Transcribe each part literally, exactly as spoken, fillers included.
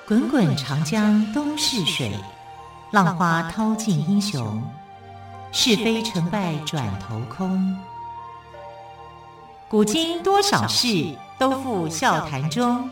滚滚长江东逝水，浪花淘尽英雄。是非成败转头空。古今多少事，都付笑谈中。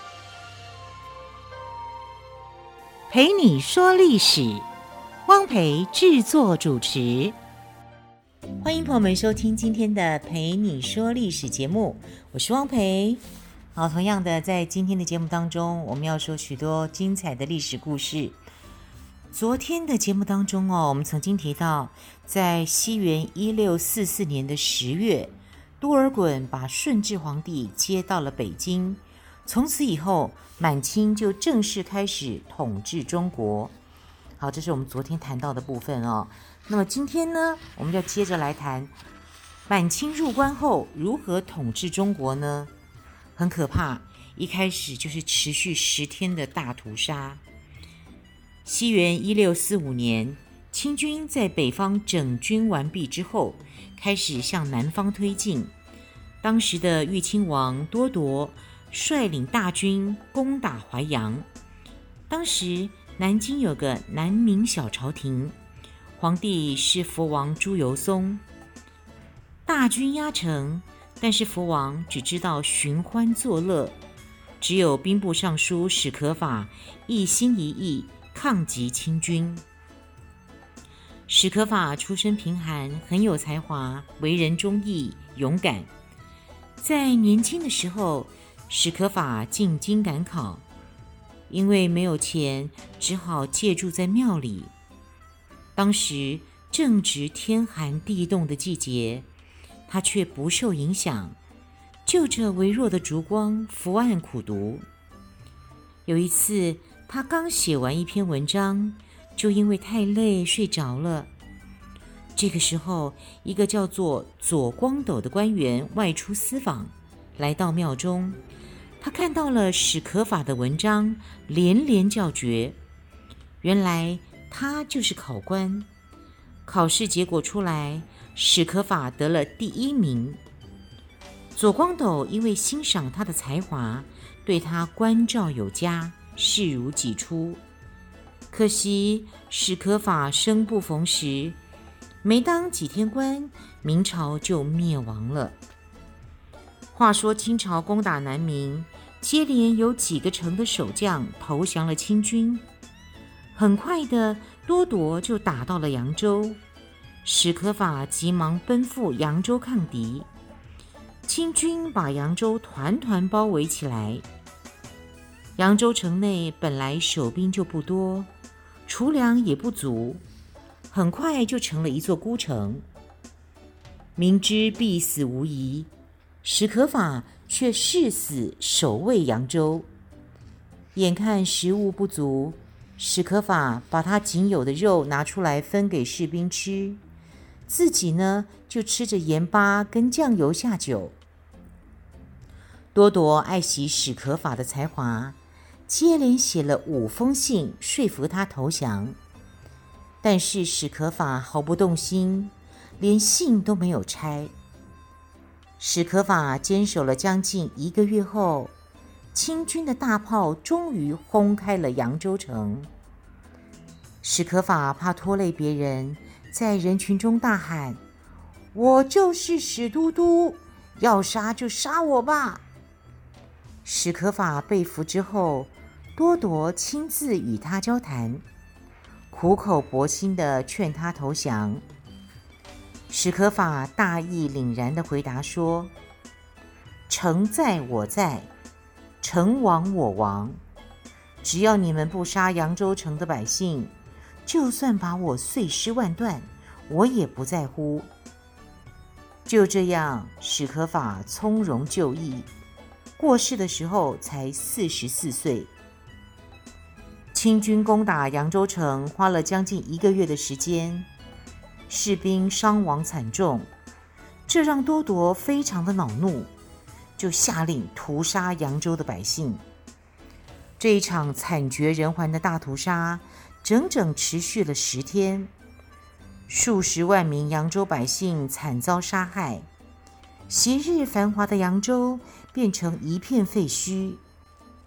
陪你说历史，汪培制作主持。欢迎朋友们收听今天的陪你说历史节目，我是汪培。好，同样的，在今天的节目当中，我们要说许多精彩的历史故事。昨天的节目当中哦，我们曾经提到，在西元一六四四年的十月，多尔衮把顺治皇帝接到了北京，从此以后，满清就正式开始统治中国。好，这是我们昨天谈到的部分哦。那么今天呢，我们要接着来谈满清入关后如何统治中国呢？很可怕，一开始就是持续十天的大屠杀。西元一六四五年，清军在北方整军完毕之后，开始向南方推进。当时的豫亲王多铎率领大军攻打淮阳。当时南京有个南明小朝廷，皇帝是佛王朱由崧。大军压城，但是佛王只知道寻欢作乐，只有兵部尚书史可法一心一意抗击清军。史可法出身贫寒，很有才华，为人忠义勇敢。在年轻的时候，史可法进京赶考，因为没有钱，只好借住在庙里。当时正值天寒地冻的季节，他却不受影响，就着微弱的烛光伏案苦读。有一次，他刚写完一篇文章，就因为太累睡着了。这个时候，一个叫做左光斗的官员外出私访，来到庙中，他看到了史可法的文章，连连叫绝。原来他就是考官。考试结果出来，史可法得了第一名。左光斗因为欣赏他的才华，对他关照有加，视如己出。可惜史可法生不逢时，没当几天官，明朝就灭亡了。话说清朝攻打南明，接连有几个城的守将投降了清军。很快的，多铎就打到了扬州，史可法急忙奔赴扬州抗敌。清军把扬州团团包围起来。扬州城内本来守兵就不多，储粮也不足，很快就成了一座孤城。明知必死无疑，史可法却誓死守卫扬州。眼看食物不足，史可法把他仅有的肉拿出来分给士兵吃，自己呢就吃着盐巴跟酱油下酒。多铎爱惜史可法的才华，接连写了五封信说服他投降，但是史可法毫不动心，连信都没有拆。史可法坚守了将近一个月后，清军的大炮终于轰开了扬州城。史可法怕拖累别人，在人群中大喊：“我就是史都督，要杀就杀我吧！”史可法被俘之后，多铎亲自与他交谈，苦口婆心地劝他投降。史可法大义凛然地回答说：“城在我在，城亡我亡，只要你们不杀扬州城的百姓，就算把我碎尸万段，我也不在乎。”就这样，史可法从容就义，过世的时候才四十四岁。清军攻打扬州城花了将近一个月的时间，士兵伤亡惨重，这让多铎非常的恼怒，就下令屠杀扬州的百姓。这一场惨绝人寰的大屠杀整整持续了十天，数十万名扬州百姓惨遭杀害，昔日繁华的扬州变成一片废墟。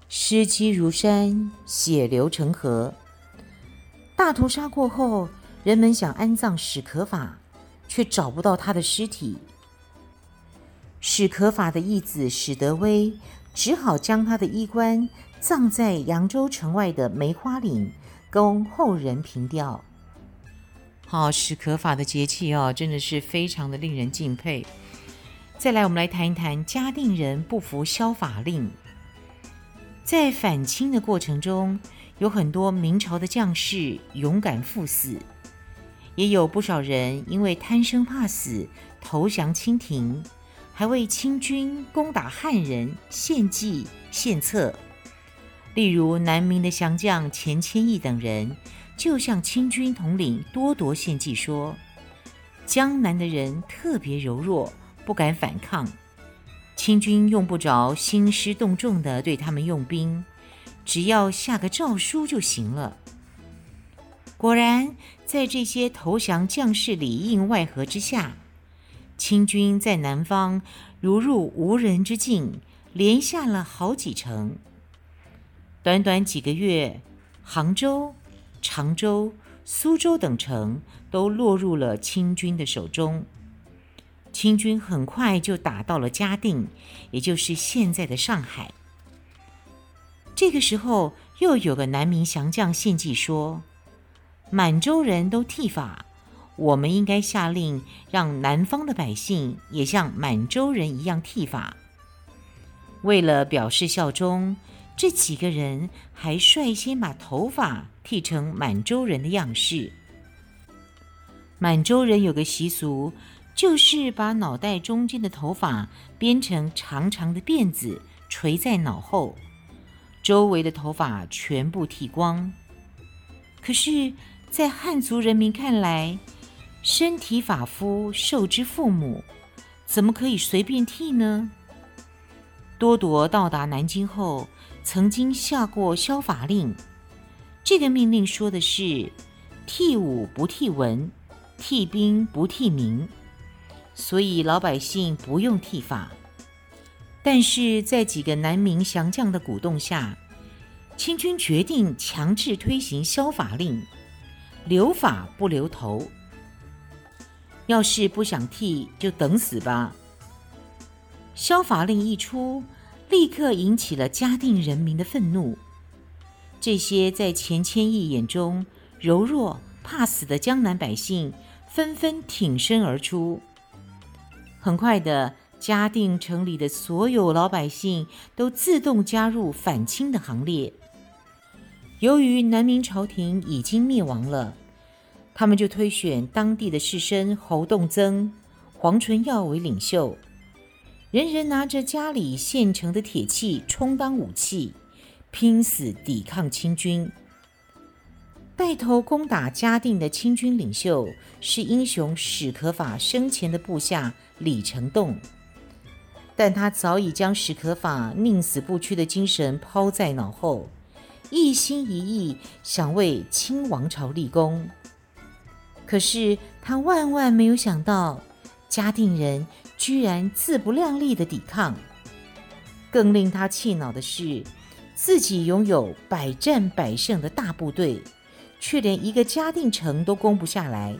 尸积如山，血流成河。大屠杀过后，人们想安葬史可法，却找不到他的尸体。史可法的义子史德威只好将他的衣冠葬在扬州城外的梅花岭，供后人凭吊。好，史可法的节气哦，真的是非常的令人敬佩。再来，我们来谈一谈嘉定人不服萧法令。在反清的过程中，有很多明朝的将士勇敢赴死，也有不少人因为贪生怕死投降清廷，还为清军攻打汉人献计献策。例如南明的降将钱谦益等人就向清军统领多铎献计说，江南的人特别柔弱，不敢反抗，清军用不着兴师动众地对他们用兵，只要下个诏书就行了。果然，在这些投降将士里应外合之下，清军在南方如入无人之境，连下了好几城。短短几个月，杭州、常州、苏州等城都落入了清军的手中。清军很快就打到了嘉定，也就是现在的上海。这个时候，又有个南明降将献计说，满洲人都剃发，我们应该下令让南方的百姓也像满洲人一样剃发。为了表示效忠，这几个人还率先把头发剃成满洲人的样式。满洲人有个习俗，就是把脑袋中间的头发编成长长的辫子，垂在脑后，周围的头发全部剃光。可是，在汉族人民看来，身体发肤受之父母，怎么可以随便剃呢？多铎到达南京后，曾经下过削发令。这个命令说的是，剃武不剃文，剃兵不剃名，所以老百姓不用剃发。但是在几个南明降将的鼓动下，清军决定强制推行削发令，留发不留头。要是不想剃，就等死吧。削发令一出，立刻引起了嘉定人民的愤怒。这些在钱谦益眼中柔弱怕死的江南百姓纷纷挺身而出。很快的，嘉定城里的所有老百姓都自动加入反清的行列。由于南明朝廷已经灭亡了，他们就推选当地的士绅侯栋曾、黄纯耀为领袖，人人拿着家里现成的铁器充当武器，拼死抵抗清军。带头攻打嘉定的清军领袖是英雄史可法生前的部下李成栋，但他早已将史可法宁死不屈的精神抛在脑后，一心一意想为清王朝立功。可是他万万没有想到，嘉定人居然自不量力的抵抗。更令他气恼的是，自己拥有百战百胜的大部队，却连一个嘉定城都攻不下来。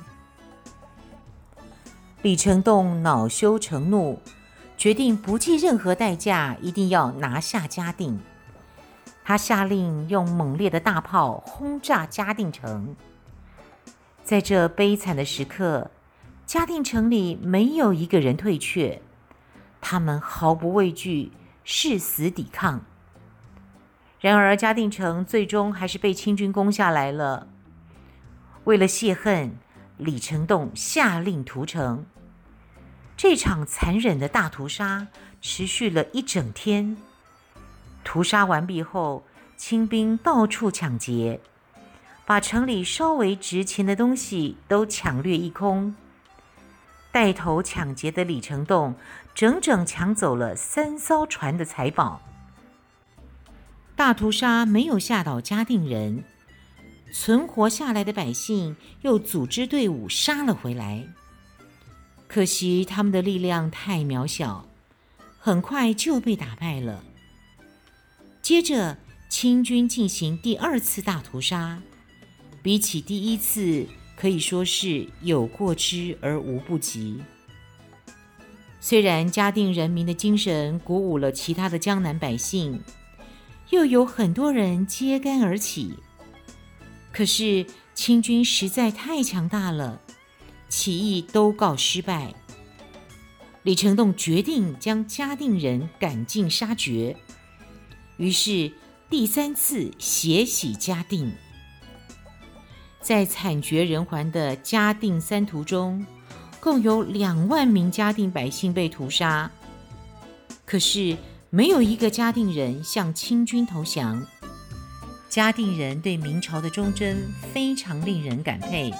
李成栋恼羞成怒，决定不计任何代价，一定要拿下嘉定。他下令用猛烈的大炮轰炸嘉定城。在这悲惨的时刻，嘉定城里没有一个人退却，他们毫不畏惧，誓死抵抗。然而嘉定城最终还是被清军攻下来了。为了泄恨，李成栋下令屠城。这场残忍的大屠杀持续了一整天。屠杀完毕后，清兵到处抢劫，把城里稍微值钱的东西都抢掠一空。带头抢劫的李成栋整整抢走了三艘船的财宝。大屠杀没有吓倒嘉定人，存活下来的百姓又组织队伍杀了回来。可惜他们的力量太渺小，很快就被打败了。 接着清军进行第二次大屠杀，比起第一次可以说是有过之而无不及。虽然嘉定人民的精神鼓舞了其他的江南百姓，又有很多人揭竿而起，可是清军实在太强大了，起义都告失败。李成栋决定将嘉定人赶尽杀绝，于是第三次血洗嘉定。在惨绝人寰的嘉定三屠中，共有两万名嘉定百姓被屠杀，可是没有一个嘉定人向清军投降。嘉定人对明朝的忠贞非常令人感佩。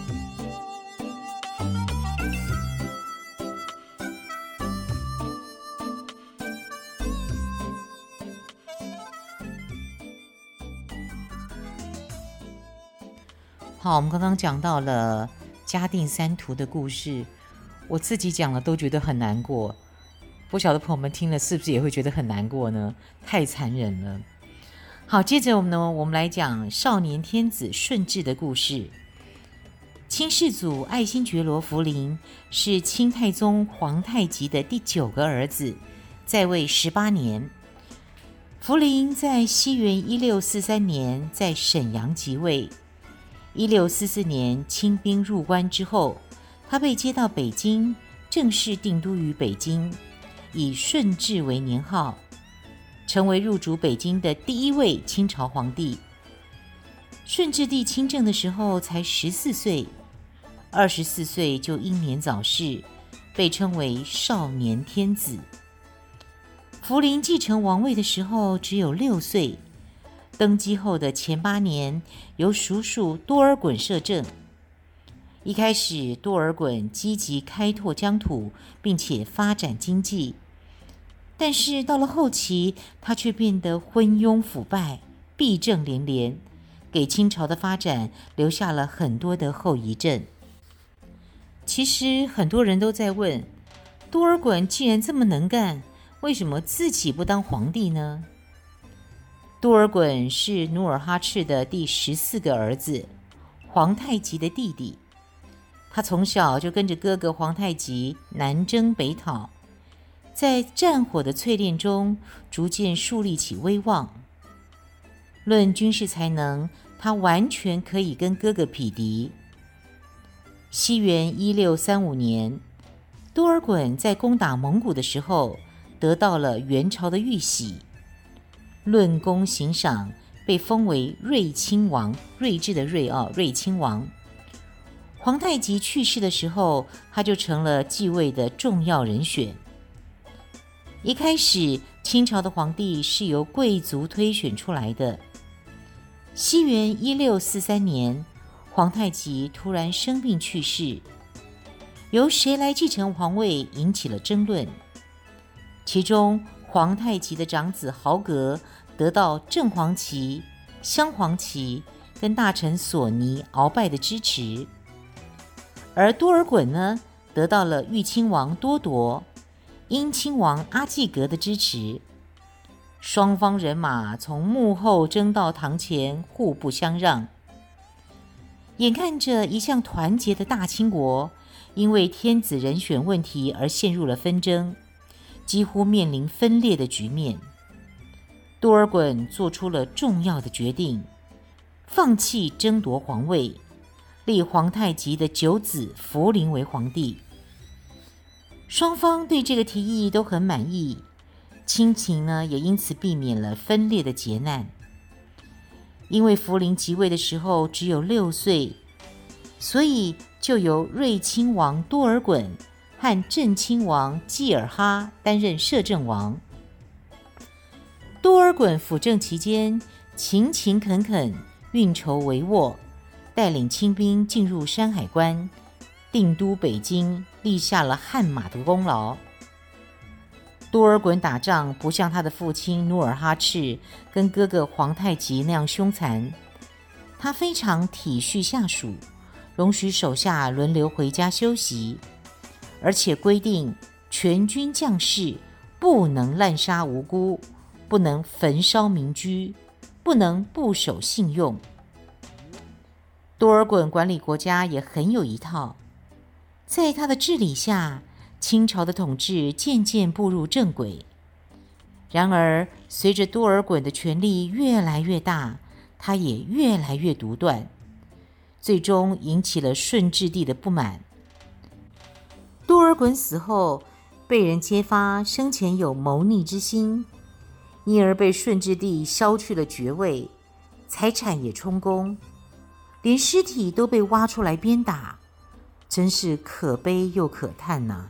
好，我们刚刚讲到了嘉定三屠的故事，我自己讲了都觉得很难过，不晓得朋友们听了是不是也会觉得很难过呢？太残忍了。好，接着我们呢，我们来讲少年天子顺治的故事。清世祖爱新觉罗福临是清太宗皇太极的第九个儿子，在位十八年。福临在西元一六四三年在沈阳即位。一六四四年清兵入关之后，他被接到北京，正式定都于北京，以顺治为年号，成为入主北京的第一位清朝皇帝。顺治帝亲政的时候才十四岁，二十四岁就英年早逝，被称为少年天子。福临继承王位的时候只有六岁，登基后的前八年，由叔叔多尔衮摄政。一开始，多尔衮积极开拓疆土，并且发展经济。但是到了后期，他却变得昏庸腐败，弊政连连，给清朝的发展留下了很多的后遗症。其实很多人都在问，多尔衮既然这么能干，为什么自己不当皇帝呢？多尔衮是努尔哈赤的第十四个儿子，皇太极的弟弟。他从小就跟着哥哥皇太极南征北讨，在战火的淬炼中，逐渐树立起威望。论军事才能，他完全可以跟哥哥匹敌。西元一六三五年，多尔衮在攻打蒙古的时候，得到了元朝的玉玺。论功行赏，被封为睿亲王，睿智的睿啊，睿亲王。皇太极去世的时候，他就成了继位的重要人选。一开始，清朝的皇帝是由贵族推选出来的。西元一六四三年，皇太极突然生病去世，由谁来继承皇位引起了争论。其中，皇太极的长子豪格得到正黄旗、镶黄旗跟大臣索尼、鳌拜的支持，而多尔衮呢，得到了豫亲王多铎、英亲王阿济格的支持。双方人马从幕后争到堂前，互不相让。眼看着一向团结的大清国，因为天子人选问题而陷入了纷争，几乎面临分裂的局面。多尔衮做出了重要的决定，放弃争夺皇位，立皇太极的九子福临为皇帝。双方对这个提议都很满意，亲情呢也因此避免了分裂的劫难。因为福临即位的时候只有六岁，所以就由睿亲王多尔衮和正亲王济尔哈担任摄政王。多尔衮辅政期间，勤勤恳恳，运筹帷幄，带领清兵进入山海关，定都北京，立下了汗马的功劳。多尔衮打仗不像他的父亲努尔哈赤跟哥哥皇太极那样凶残，他非常体恤下属，容许手下轮流回家休息，而且规定全军将士不能滥杀无辜， 不能焚烧民居，不能不守信用。多尔衮管理国家也很有一套，在他的治理下，清朝的统治渐渐步入正轨。然而，随着多尔衮的权力越来越大，他也越来越独断，最终引起了顺治帝的不满。多尔衮死后，被人揭发生前有谋逆之心，因而被顺治帝削去了爵位，财产也充公，连尸体都被挖出来鞭打，真是可悲又可叹呐、啊。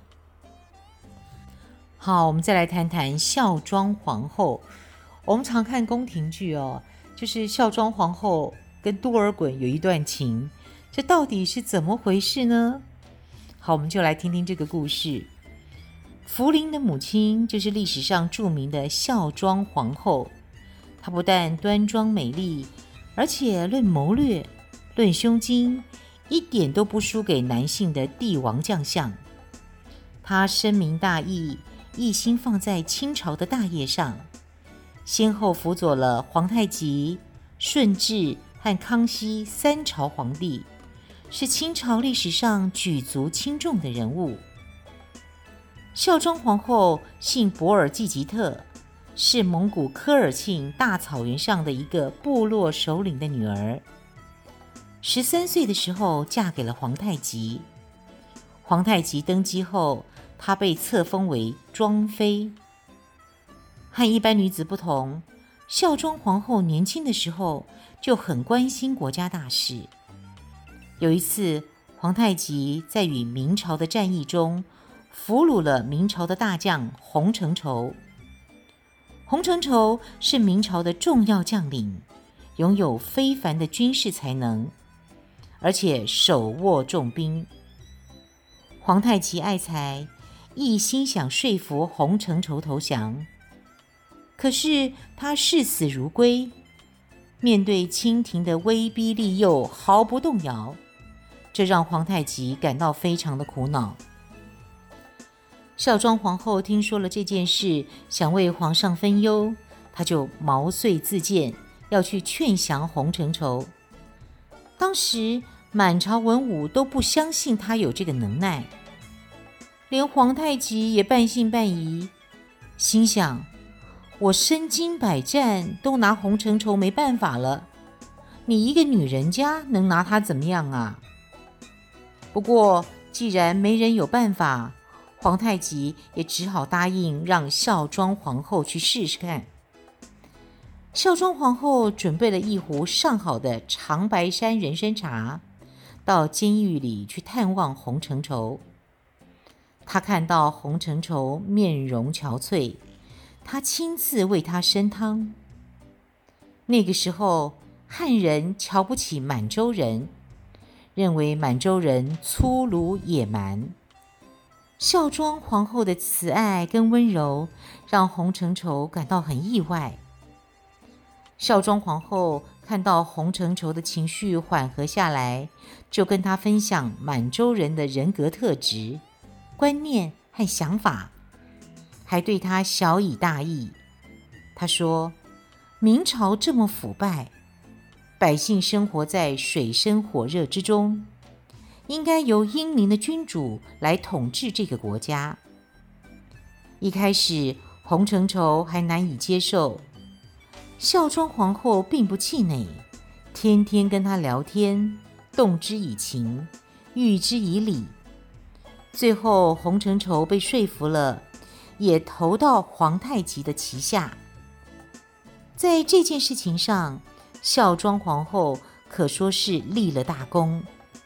好，我们再来谈谈孝庄皇后。我们常看宫廷剧哦，就是孝庄皇后跟多尔衮有一段情，这到底是怎么回事呢？好，我们就来听听这个故事。福临的母亲就是历史上著名的孝庄皇后，她不但端庄美丽，而且论谋略、论胸襟，一点都不输给男性的帝王将相。她深明大义，一心放在清朝的大业上，先后辅佐了皇太极、顺治和康熙三朝皇帝，是清朝历史上举足轻重的人物。孝庄皇后姓博尔济吉特，是蒙古科尔沁大草原上的一个部落首领的女儿。十三岁的时候嫁给了皇太极，皇太极登基后，她被册封为庄妃。和一般女子不同，孝庄皇后年轻的时候就很关心国家大事。有一次，皇太极在与明朝的战役中俘虏了明朝的大将洪承畴。洪承畴是明朝的重要将领，拥有非凡的军事才能，而且手握重兵。皇太极爱才，一心想说服洪承畴投降，可是他视死如归，面对清廷的威逼利诱毫不动摇，这让皇太极感到非常的苦恼。孝庄皇后听说了这件事，想为皇上分忧，她就毛遂自荐，要去劝降洪承畴。当时满朝文武都不相信她有这个能耐，连皇太极也半信半疑，心想：我身经百战都拿洪承畴没办法了，你一个女人家能拿他怎么样啊？不过既然没人有办法，皇太极也只好答应让孝庄皇后去试试看。孝庄皇后准备了一壶上好的长白山人参茶，到监狱里去探望洪承畴。她看到洪承畴面容憔悴，她亲自为他参汤。那个时候，汉人瞧不起满洲人，认为满洲人粗鲁野蛮。孝庄皇后的慈爱跟温柔，让洪承畴感到很意外。孝庄皇后看到洪承畴的情绪缓和下来，就跟他分享满洲人的人格特质、观念和想法，还对他晓以大义。他说，明朝这么腐败，百姓生活在水深火热之中，应该由英明的君主来统治这个国家。一开始，洪承畴还难以接受，孝庄皇后并不气馁，天天跟他聊天，动之以情，喻之以理。最后，洪承畴被说服了，也投到皇太极的旗下。在这件事情上，孝庄皇后可说是立了大功。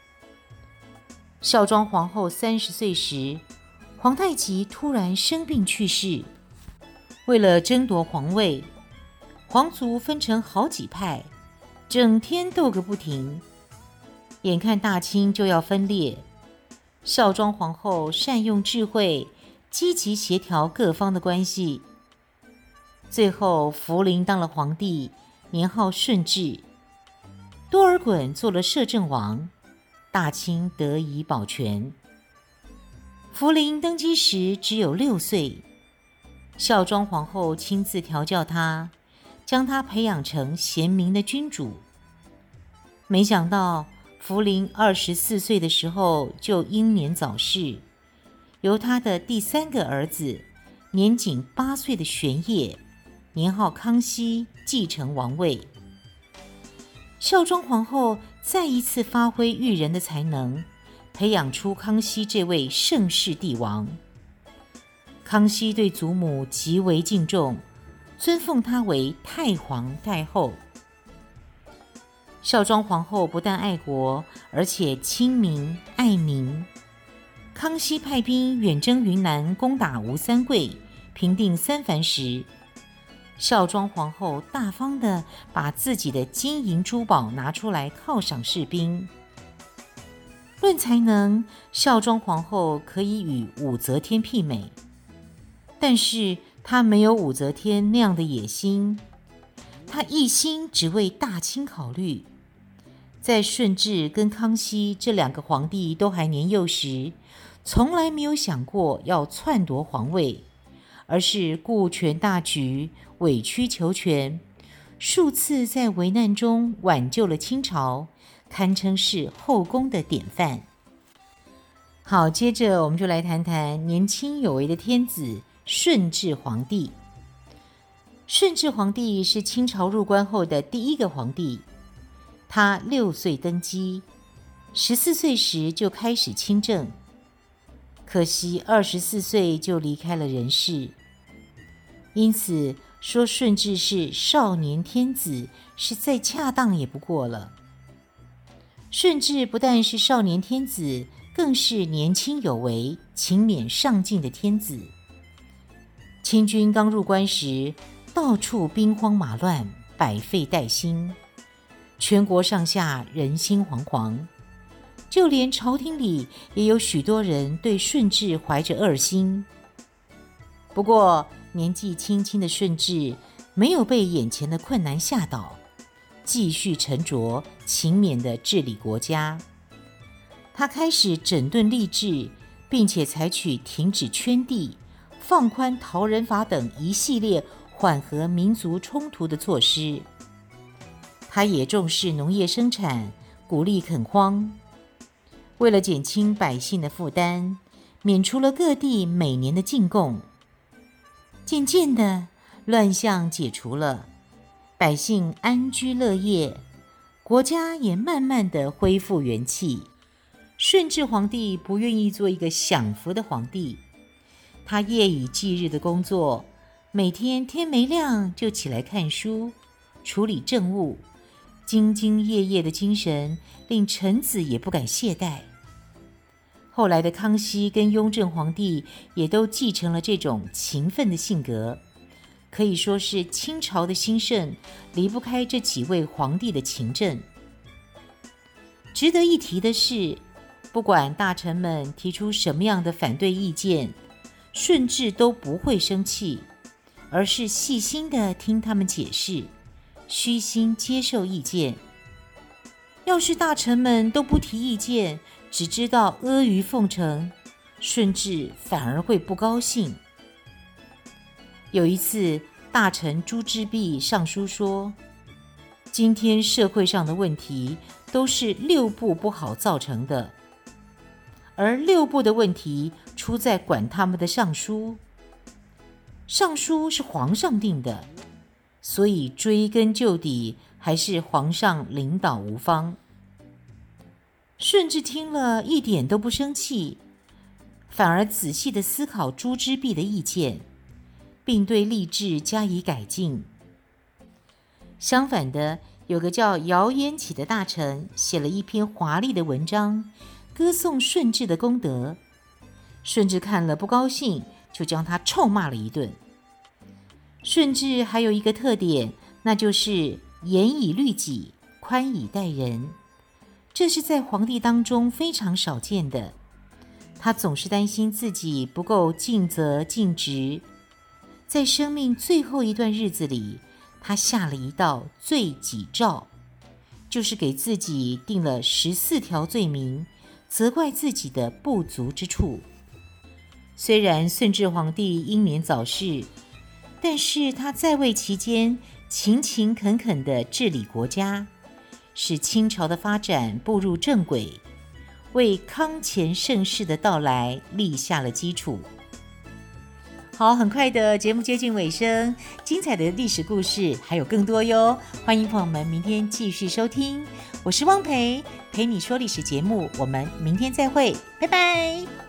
孝庄皇后三十岁时，皇太极突然生病去世。为了争夺皇位，皇族分成好几派，整天斗个不停。眼看大清就要分裂，孝庄皇后善用智慧，积极协调各方的关系。最后，福临当了皇帝，年号顺治，多尔衮做了摄政王，大清得以保全。福临登基时只有六岁， 孝庄皇后亲自调教他，将他培养成贤明的君主。没想到福临二十四岁的时候就英年早逝，由他的第三个儿子年仅八岁的玄烨，年号康熙，继承王位。孝庄皇后再一次发挥育人的才能，培养出康熙这位盛世帝王。康熙对祖母极为敬重，尊奉她为太皇太后。孝庄皇后不但爱国，而且亲民爱民。康熙派兵远征云南，攻打吴三桂，平定三藩时，孝庄皇后大方地把自己的金银珠宝拿出来犒赏士兵。论才能，孝庄皇后可以与武则天媲美，但是她没有武则天那样的野心，她一心只为大清考虑。在顺治跟康熙这两个皇帝都还年幼时，从来没有想过要篡夺皇位，而是顾全大局，委曲求全，数次在危难中挽救了清朝，堪称是后宫的典范。好，接着我们就来谈谈年轻有为的天子顺治皇帝。顺治皇帝是清朝入关后的第一个皇帝，他六岁登基，十四岁时就开始亲政，可惜二十四岁就离开了人世。因此说顺治是少年天子，是再恰当也不过了。顺治不但是少年天子，更是年轻有为、勤勉上进的天子。清军刚入关时，到处兵荒马乱，百废待兴，全国上下人心惶惶，就连朝廷里也有许多人对顺治怀着恶心。不过年纪轻轻的顺治没有被眼前的困难吓倒，继续沉着勤勉地治理国家。他开始整顿吏治，并且采取停止圈地、放宽逃人法等一系列缓和民族冲突的措施。他也重视农业生产，鼓励垦荒。为了减轻百姓的负担，免除了各地每年的进贡。渐渐的，乱象解除了，百姓安居乐业，国家也慢慢的恢复元气。顺治皇帝不愿意做一个享福的皇帝，他夜以继日的工作，每天天没亮就起来看书，处理政务，兢兢业业的精神令臣子也不敢懈怠。后来的康熙跟雍正皇帝也都继承了这种勤奋的性格，可以说是清朝的兴盛离不开这几位皇帝的勤政。值得一提的是，不管大臣们提出什么样的反对意见，顺治都不会生气，而是细心地听他们解释，虚心接受意见。要是大臣们都不提意见，只知道阿谀奉承，顺治反而会不高兴。有一次，大臣朱之弼上书说，今天社会上的问题都是六部不好造成的，而六部的问题出在管他们的尚书。尚书是皇上定的，所以追根究底还是皇上领导无方。顺治听了一点都不生气，反而仔细地思考朱之弼的意见，并对吏治加以改进。相反的，有个叫姚延启的大臣写了一篇华丽的文章，歌颂顺治的功德。顺治看了不高兴，就将他臭骂了一顿。顺治还有一个特点，那就是严以律己，宽以待人，这是在皇帝当中非常少见的。他总是担心自己不够尽责尽职，在生命最后一段日子里，他下了一道罪己诏，就是给自己定了十四条罪名，责怪自己的不足之处。 虽然顺治皇帝英年早逝，但是他在位期间勤勤恳恳地治理国家，使清朝的发展步入正轨，为康乾盛世的到来立下了基础。好，很快的节目接近尾声，精彩的历史故事还有更多哟，欢迎朋友们明天继续收听。我是汪培，陪你说历史节目，我们明天再会，拜拜。